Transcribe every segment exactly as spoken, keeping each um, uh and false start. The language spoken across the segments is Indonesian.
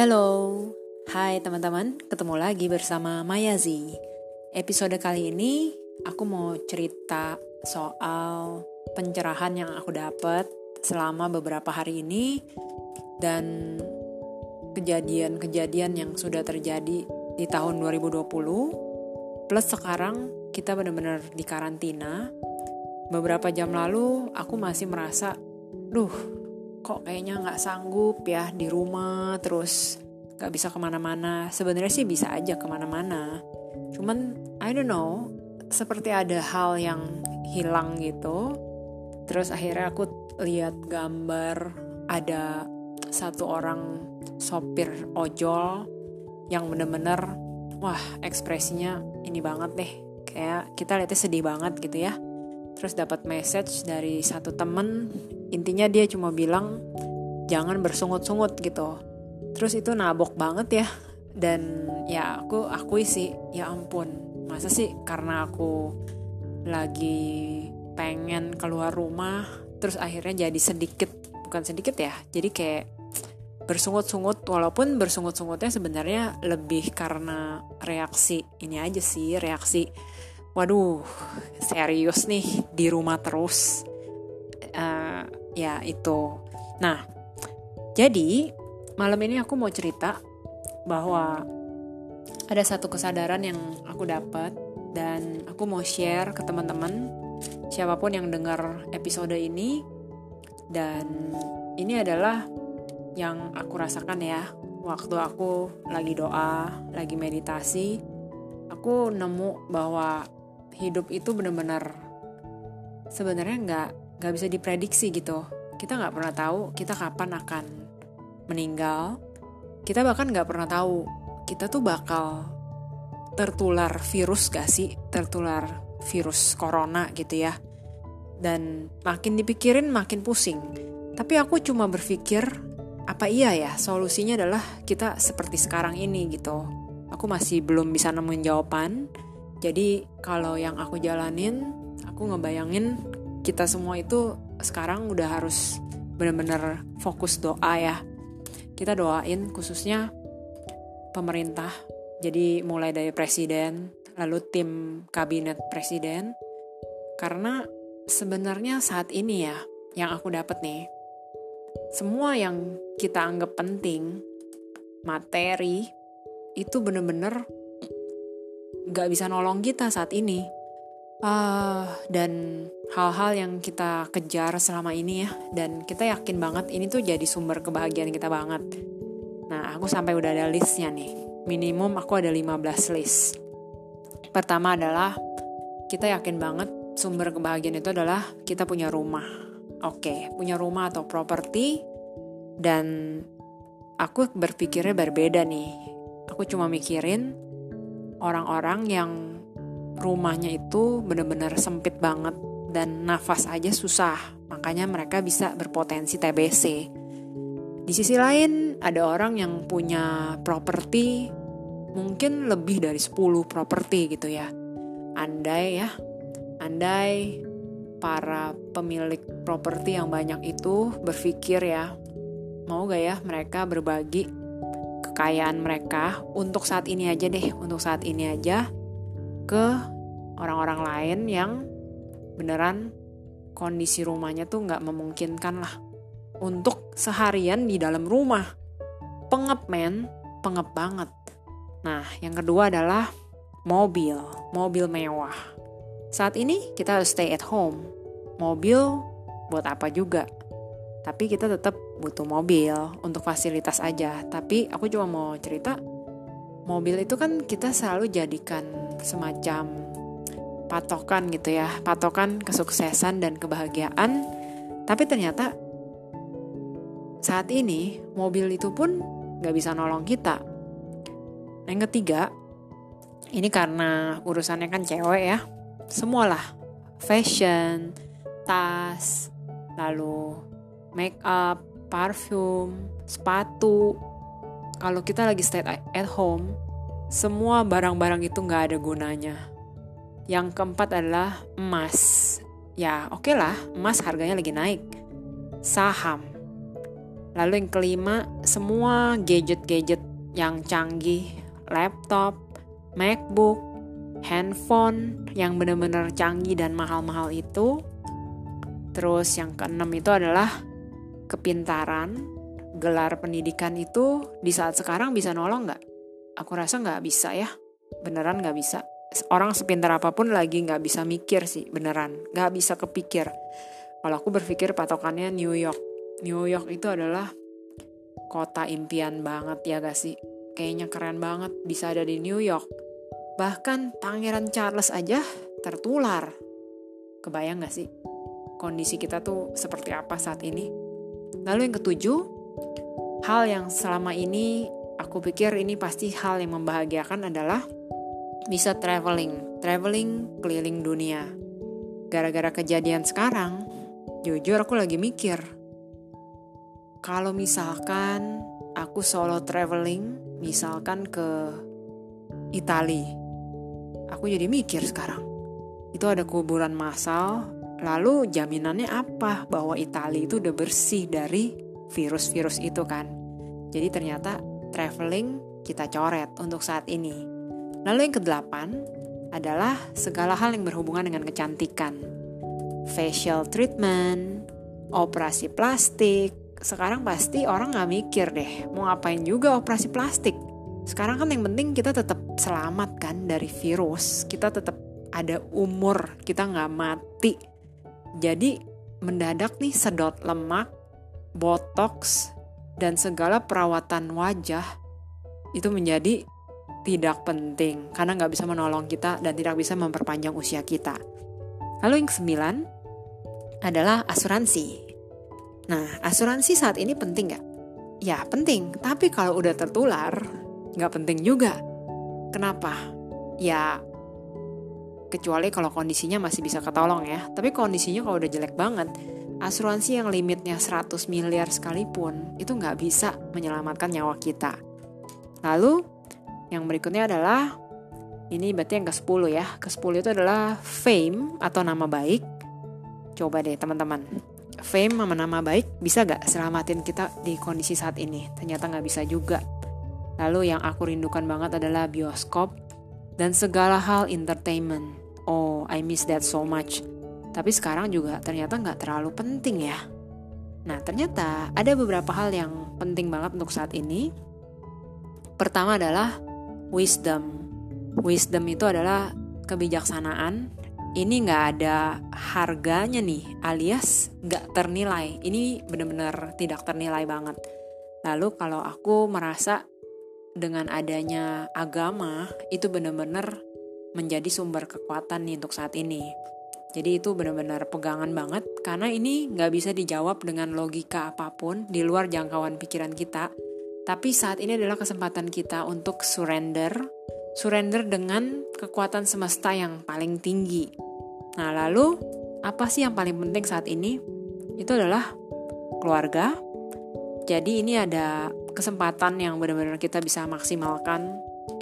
Halo, hai teman-teman, ketemu lagi bersama Mayazi. Episode kali ini aku mau cerita soal pencerahan yang aku dapat selama beberapa hari ini dan kejadian-kejadian yang sudah terjadi di tahun dua ribu dua puluh. Plus sekarang kita benar-benar di karantina. Beberapa jam lalu aku masih merasa, duh, kok kayaknya nggak sanggup ya di rumah terus nggak bisa kemana-mana. Sebenarnya sih bisa aja kemana-mana, cuman I don't know, seperti ada hal yang hilang gitu. Terus akhirnya aku lihat gambar ada satu orang sopir ojol yang bener-bener wah ekspresinya ini banget deh, kayak kita lihatnya sedih banget gitu ya. Terus dapat message dari satu temen, intinya dia cuma bilang jangan bersungut-sungut gitu. Terus itu nabok banget ya. Dan ya aku akui sih, ya ampun, masa sih karena aku lagi pengen keluar rumah terus akhirnya jadi sedikit, bukan sedikit ya, jadi kayak bersungut-sungut. Walaupun bersungut-sungutnya sebenarnya lebih karena reaksi ini aja sih, reaksi waduh, serius nih di rumah terus. Uh, ya itu. Nah, jadi malam ini aku mau cerita bahwa ada satu kesadaran yang aku dapat dan aku mau share ke teman-teman siapapun yang dengar episode ini. Dan ini adalah yang aku rasakan ya waktu aku lagi doa, lagi meditasi. Aku nemu bahwa hidup itu benar-benar sebenarnya nggak nggak bisa diprediksi gitu. Kita nggak pernah tahu kita kapan akan meninggal. Kita bahkan nggak pernah tahu kita tuh bakal tertular virus gak sih, tertular virus corona gitu ya. Dan makin dipikirin makin pusing. Tapi aku cuma berpikir, apa iya ya solusinya adalah kita seperti sekarang ini gitu. Aku masih belum bisa nemuin jawaban. Jadi kalau yang aku jalanin, aku ngebayangin kita semua itu sekarang udah harus benar-benar fokus doa ya. Kita doain khususnya pemerintah. Jadi mulai dari presiden, lalu tim kabinet presiden. Karena sebenarnya saat ini ya, yang aku dapat nih, semua yang kita anggap penting, materi, itu benar-benar gak bisa nolong kita saat ini. Uh, dan hal-hal yang kita kejar selama ini ya, dan kita yakin banget ini tuh jadi sumber kebahagiaan kita banget. Nah, aku sampai udah ada listnya nih. Minimum aku ada lima belas list. Pertama adalah kita yakin banget sumber kebahagiaan itu adalah kita punya rumah. Oke, punya rumah atau properti. Dan aku berpikirnya berbeda nih. Aku cuma mikirin orang-orang yang rumahnya itu benar-benar sempit banget dan nafas aja susah, makanya mereka bisa berpotensi T B C. Di sisi lain ada orang yang punya properti mungkin lebih dari sepuluh properti gitu ya. Andai ya, andai para pemilik properti yang banyak itu berpikir ya, mau gak ya mereka berbagi kekayaan mereka untuk saat ini aja deh, untuk saat ini aja ke orang-orang lain yang beneran kondisi rumahnya tuh gak memungkinkan lah untuk seharian di dalam rumah. Pengep men, pengep banget. Nah, yang kedua adalah mobil, mobil mewah. Saat ini kita harus stay at home. Mobil buat apa juga? Tapi kita tetap butuh mobil untuk fasilitas aja. Tapi aku cuma mau cerita, mobil itu kan kita selalu jadikan semacam patokan gitu ya, patokan kesuksesan dan kebahagiaan. Tapi ternyata saat ini mobil itu pun gak bisa nolong kita. Yang ketiga, ini karena urusannya kan cewek ya, semualah, fashion, tas, lalu make up, parfum, sepatu. Kalau kita lagi stay at home, semua barang-barang itu gak ada gunanya. Yang keempat adalah emas. Ya oke lah, emas harganya lagi naik. Saham. Lalu yang kelima, semua gadget-gadget yang canggih, laptop, MacBook, handphone yang benar-benar canggih dan mahal-mahal itu. Terus yang keenam itu adalah kepintaran. Gelar pendidikan itu di saat sekarang bisa nolong gak? Aku rasa gak bisa ya, beneran gak bisa. Orang sepintar apapun lagi gak bisa mikir sih, beneran gak bisa kepikir. Kalau aku berpikir patokannya New York. New York itu adalah kota impian banget ya gak sih? Kayaknya keren banget bisa ada di New York. Bahkan Pangeran Charles aja tertular. Kebayang gak sih kondisi kita tuh seperti apa saat ini? Lalu yang ketujuh, hal yang selama ini aku pikir ini pasti hal yang membahagiakan adalah bisa traveling, traveling keliling dunia. Gara-gara kejadian sekarang, jujur aku lagi mikir, kalau misalkan aku solo traveling, misalkan ke Italia, aku jadi mikir sekarang, itu ada kuburan massal, lalu jaminannya apa bahwa Italia itu udah bersih dari virus-virus itu kan. Jadi ternyata traveling kita coret untuk saat ini. Lalu yang kedelapan adalah segala hal yang berhubungan dengan kecantikan. Facial treatment, operasi plastik. Sekarang pasti orang gak mikir deh mau ngapain juga operasi plastik. Sekarang kan yang penting kita tetap selamat kan dari virus. Kita tetap ada umur, kita gak mati. Jadi mendadak nih sedot lemak, botox, dan segala perawatan wajah itu menjadi tidak penting karena gak bisa menolong kita dan tidak bisa memperpanjang usia kita. Lalu yang kesembilan adalah asuransi. Nah, asuransi saat ini penting gak? Ya penting, tapi kalau udah tertular gak penting juga. Kenapa? Ya kecuali kalau kondisinya masih bisa ketolong ya. Tapi kondisinya kalau udah jelek banget, asuransi yang limitnya seratus miliar sekalipun itu gak bisa menyelamatkan nyawa kita. Lalu yang berikutnya adalah, ini berarti yang ke sepuluh ya. ke sepuluh itu adalah fame atau nama baik. Coba deh teman-teman, fame sama nama baik bisa gak selamatin kita di kondisi saat ini? Ternyata gak bisa juga. Lalu yang aku rindukan banget adalah bioskop dan segala hal entertainment. Oh, I miss that so much. Tapi sekarang juga ternyata gak terlalu penting ya. Nah, ternyata ada beberapa hal yang penting banget untuk saat ini. Pertama adalah wisdom. Wisdom itu adalah kebijaksanaan. Ini gak ada harganya nih, alias gak ternilai. Ini benar-benar tidak ternilai banget. Lalu kalau aku merasa dengan adanya agama, itu benar-benar menjadi sumber kekuatan nih untuk saat ini. Jadi itu benar-benar pegangan banget, karena ini gak bisa dijawab dengan logika apapun di luar jangkauan pikiran kita. Tapi saat ini adalah kesempatan kita untuk surrender, surrender dengan kekuatan semesta yang paling tinggi. Nah lalu, apa sih yang paling penting saat ini? Itu adalah keluarga. Jadi ini ada kesempatan yang benar-benar kita bisa maksimalkan.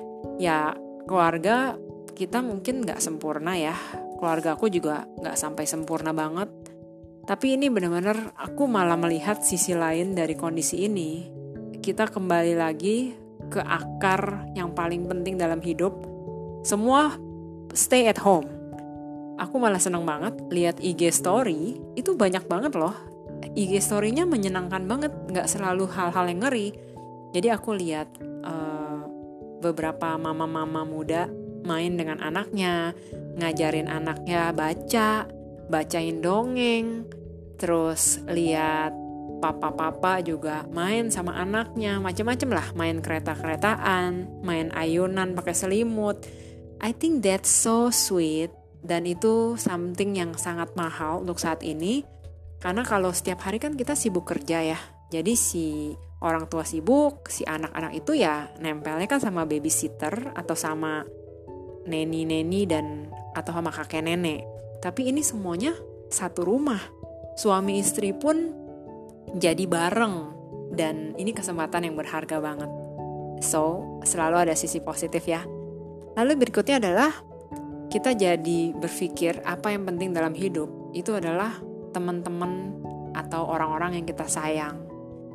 Ya keluarga kita mungkin gak sempurna ya. Keluarga aku juga gak sampai sempurna banget. Tapi ini benar-benar aku malah melihat sisi lain dari kondisi ini. Kita kembali lagi ke akar yang paling penting dalam hidup. Semua stay at home. Aku malah seneng banget lihat I G story, itu banyak banget loh. I G story-nya menyenangkan banget, gak selalu hal-hal yang ngeri. Jadi aku lihat uh, beberapa mama-mama muda main dengan anaknya, ngajarin anaknya baca, bacain dongeng, terus lihat papa-papa juga main sama anaknya, macam-macam lah, main kereta-keretaan, main ayunan pakai selimut. I think that's so sweet, dan itu something yang sangat mahal untuk saat ini. Karena kalau setiap hari kan kita sibuk kerja ya, jadi si orang tua sibuk, si anak-anak itu ya nempelnya kan sama babysitter atau sama neni-neni dan atau sama kakek nenek. Tapi ini semuanya satu rumah, suami istri pun jadi bareng, dan ini kesempatan yang berharga banget. So, selalu ada sisi positif ya. Lalu berikutnya adalah kita jadi berpikir apa yang penting dalam hidup. Itu adalah teman-teman atau orang-orang yang kita sayang.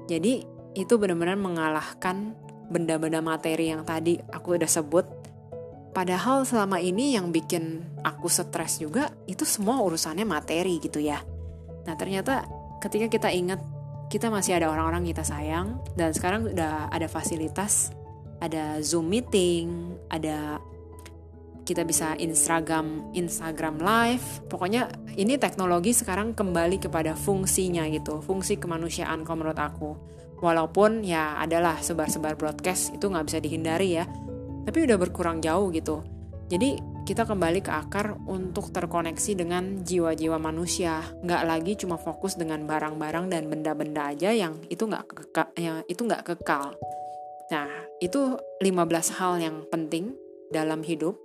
Jadi itu benar-benar mengalahkan benda-benda materi yang tadi aku udah sebut. Padahal selama ini yang bikin aku stres juga itu semua urusannya materi gitu ya. Nah ternyata ketika kita ingat kita masih ada orang-orang kita sayang, dan sekarang udah ada fasilitas, ada Zoom meeting, ada kita bisa Instagram Instagram live. Pokoknya ini teknologi sekarang kembali kepada fungsinya gitu, fungsi kemanusiaan kalau menurut aku. Walaupun ya adalah sebar-sebar broadcast itu nggak bisa dihindari ya, tapi udah berkurang jauh gitu. Jadi kita kembali ke akar untuk terkoneksi dengan jiwa-jiwa manusia, nggak lagi cuma fokus dengan barang-barang dan benda-benda aja yang itu nggak kekal, ya, itu nggak kekal. Nah itu lima belas hal yang penting dalam hidup.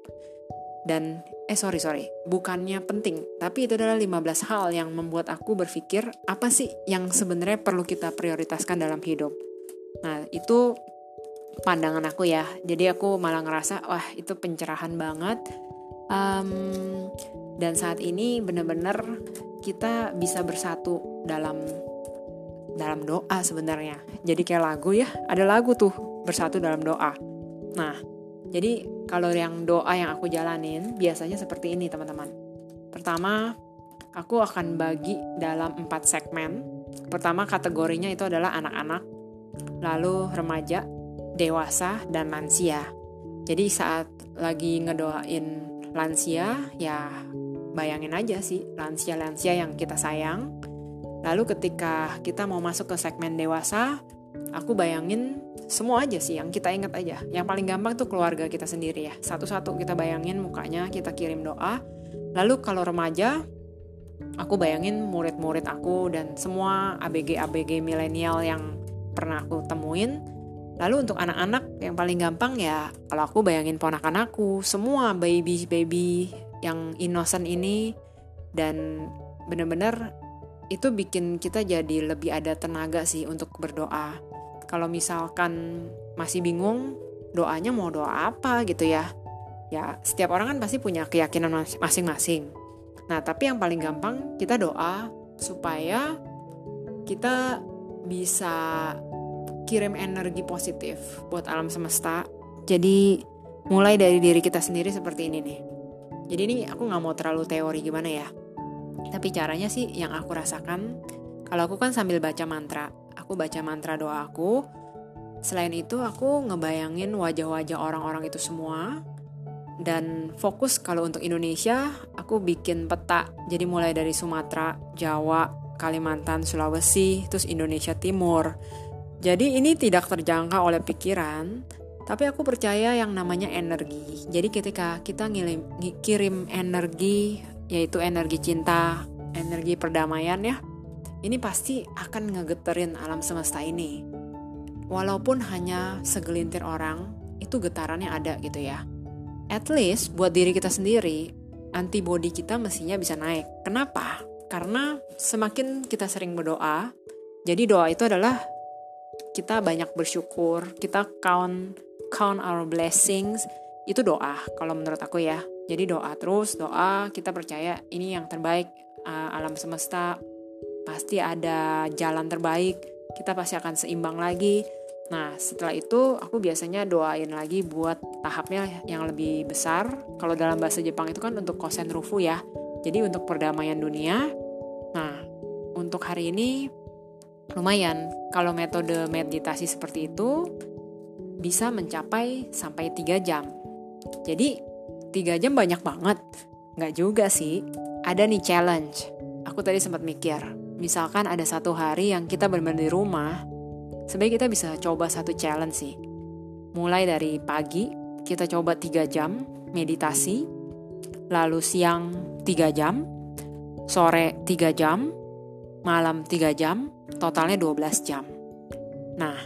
Dan eh sorry sorry bukannya penting, tapi itu adalah lima belas hal yang membuat aku berpikir apa sih yang sebenarnya perlu kita prioritaskan dalam hidup. Nah itu pandangan aku ya. Jadi aku malah ngerasa wah itu pencerahan banget. um, Dan saat ini benar-benar kita bisa bersatu dalam dalam doa sebenarnya. Jadi kayak lagu ya, ada lagu tuh bersatu dalam doa. Nah jadi kalau yang doa yang aku jalanin biasanya seperti ini teman-teman. Pertama, aku akan bagi dalam empat segmen. Pertama kategorinya itu adalah anak-anak, lalu remaja, dewasa, dan lansia. Jadi saat lagi ngedoain lansia, ya bayangin aja sih lansia-lansia yang kita sayang. Lalu ketika kita mau masuk ke segmen dewasa, aku bayangin semua aja sih yang kita ingat aja. Yang paling gampang tuh keluarga kita sendiri ya. Satu-satu kita bayangin mukanya, kita kirim doa. Lalu kalau remaja, aku bayangin murid-murid aku dan semua A B G-A B G milenial yang pernah aku temuin. Lalu untuk anak-anak yang paling gampang ya, kalau aku bayangin ponakan aku, semua baby-baby yang innocent ini. Dan benar-benar itu bikin kita jadi lebih ada tenaga sih untuk berdoa. Kalau misalkan masih bingung doanya mau doa apa gitu ya. Ya setiap orang kan pasti punya keyakinan masing-masing. Nah tapi yang paling gampang kita doa supaya kita bisa kirim energi positif buat alam semesta. Jadi mulai dari diri kita sendiri seperti ini nih. Jadi ini aku gak mau terlalu teori gimana ya. Tapi caranya sih yang aku rasakan, kalau aku kan sambil baca mantra, aku baca mantra doa aku. Selain itu aku ngebayangin wajah-wajah orang-orang itu semua. Dan fokus kalau untuk Indonesia, aku bikin peta. Jadi mulai dari Sumatera, Jawa, Kalimantan, Sulawesi, terus Indonesia Timur. Jadi ini tidak terjangkau oleh pikiran, tapi aku percaya yang namanya energi. Jadi ketika kita ngirim, kirim energi, yaitu energi cinta, energi perdamaian ya, ini pasti akan ngegeterin alam semesta ini. Walaupun hanya segelintir orang, itu getarannya ada gitu ya. At least buat diri kita sendiri, antibody kita mestinya bisa naik. Kenapa? Karena semakin kita sering berdoa, jadi doa itu adalah kita banyak bersyukur, kita count count our blessings, itu doa kalau menurut aku ya. Jadi doa terus, doa, kita percaya ini yang terbaik, uh, alam semesta pasti ada jalan terbaik, kita pasti akan seimbang lagi. Nah setelah itu aku biasanya doain lagi buat tahapnya yang lebih besar. Kalau dalam bahasa Jepang itu kan untuk kosen rufu ya, jadi untuk perdamaian dunia. Nah untuk hari ini lumayan, kalau metode meditasi seperti itu bisa mencapai sampai tiga jam. Jadi tiga jam banyak banget. Nggak juga sih. Ada nih challenge. Aku tadi sempat mikir, misalkan ada satu hari yang kita benar-benar di rumah, sebenarnya kita bisa coba satu challenge sih. Mulai dari pagi, kita coba tiga jam meditasi, lalu siang tiga jam, sore tiga jam, malam tiga jam, totalnya dua belas jam. Nah,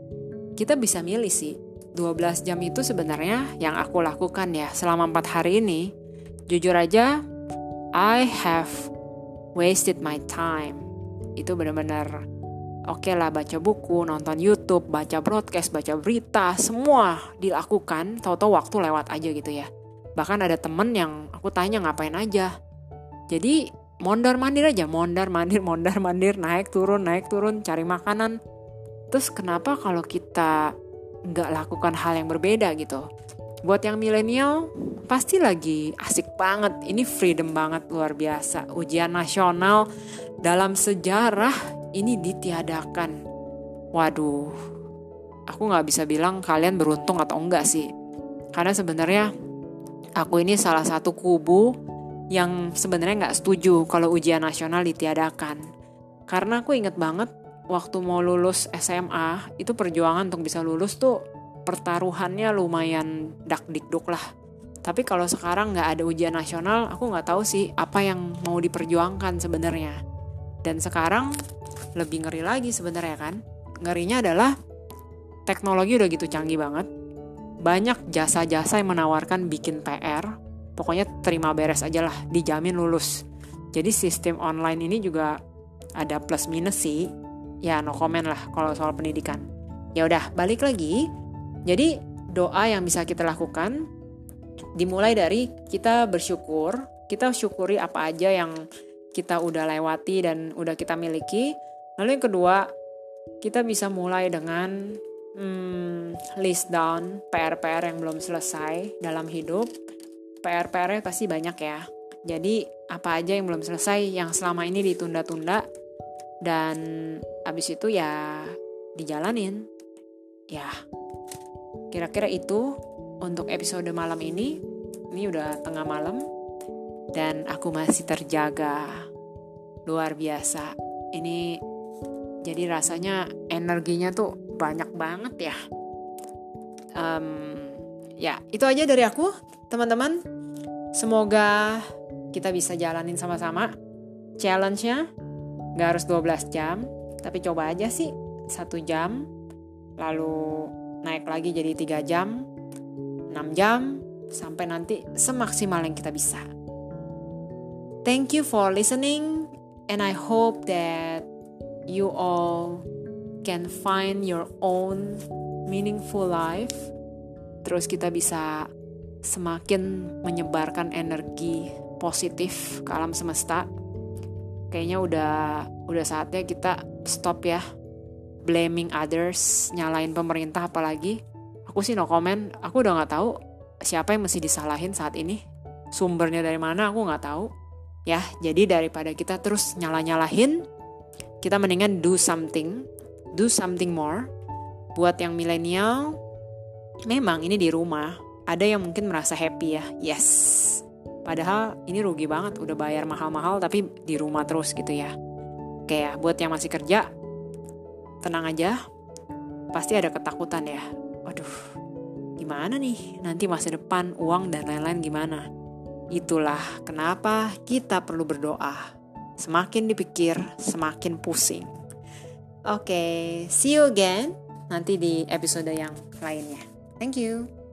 kita bisa milih sih, dua belas jam itu sebenarnya yang aku lakukan ya selama empat hari ini. Jujur aja, I have wasted my time. Itu benar-benar oke okay lah, baca buku, nonton YouTube, baca broadcast, baca berita, semua dilakukan, tahu-tahu waktu lewat aja gitu ya. Bahkan ada temen yang aku tanya ngapain aja. Jadi mondar-mandir aja, mondar-mandir, mondar-mandir, naik turun, naik turun, cari makanan. Terus kenapa kalau kita nggak lakukan hal yang berbeda gitu? Buat yang milenial pasti lagi asik banget. Ini freedom banget, luar biasa. Ujian nasional dalam sejarah ini ditiadakan. Waduh, aku nggak bisa bilang kalian beruntung atau enggak sih. Karena sebenarnya aku ini salah satu kubu yang sebenarnya nggak setuju kalau ujian nasional ditiadakan. Karena aku inget banget waktu mau lulus S M A, itu perjuangan untuk bisa lulus tuh pertaruhannya lumayan dak-dikduk lah. Tapi kalau sekarang nggak ada ujian nasional, aku nggak tahu sih apa yang mau diperjuangkan sebenarnya. Dan sekarang lebih ngeri lagi sebenarnya kan. Ngerinya adalah teknologi udah gitu canggih banget. Banyak jasa-jasa yang menawarkan bikin P R. Pokoknya terima beres aja lah, dijamin lulus. Jadi sistem online ini juga ada plus minus sih. Ya no comment lah kalau soal pendidikan. Ya udah, balik lagi. Jadi doa yang bisa kita lakukan dimulai dari kita bersyukur, kita syukuri apa aja yang kita udah lewati dan udah kita miliki. Lalu yang kedua, kita bisa mulai dengan hmm, list down P R-P R yang belum selesai dalam hidup. P R-P R-nya pasti banyak ya. Jadi apa aja yang belum selesai, yang selama ini ditunda-tunda, dan abis itu ya dijalanin. Ya, kira-kira itu untuk episode malam ini. Ini udah tengah malam dan aku masih terjaga. Luar biasa. Ini jadi rasanya energinya tuh banyak banget ya. Um, ya, itu aja dari aku, teman-teman. Semoga kita bisa jalanin sama-sama challenge-nya. Gak harus dua belas jam, tapi coba aja sih satu jam, lalu naik lagi jadi tiga jam, enam jam, sampai nanti semaksimal yang kita bisa. Thank you for listening, and I hope that you all can find your own meaningful life. Terus kita bisa semakin menyebarkan energi positif ke alam semesta. Kayaknya udah udah saatnya kita stop ya blaming others, nyalain pemerintah apalagi. Aku sih no comment, aku udah nggak tahu siapa yang mesti disalahin saat ini. Sumbernya dari mana aku nggak tahu. Ya, jadi daripada kita terus nyala-nyalahin, kita mendingan do something, do something more. Buat yang milenial, memang ini di rumah, ada yang mungkin merasa happy ya, yes. Padahal ini rugi banget, udah bayar mahal-mahal tapi di rumah terus gitu ya. Oke ya, buat yang masih kerja, tenang aja, pasti ada ketakutan ya. Waduh, gimana nih nanti masa depan, uang dan lain-lain gimana? Itulah kenapa kita perlu berdoa. Semakin dipikir, semakin pusing. Oke, see you again nanti di episode yang lainnya. Thank you.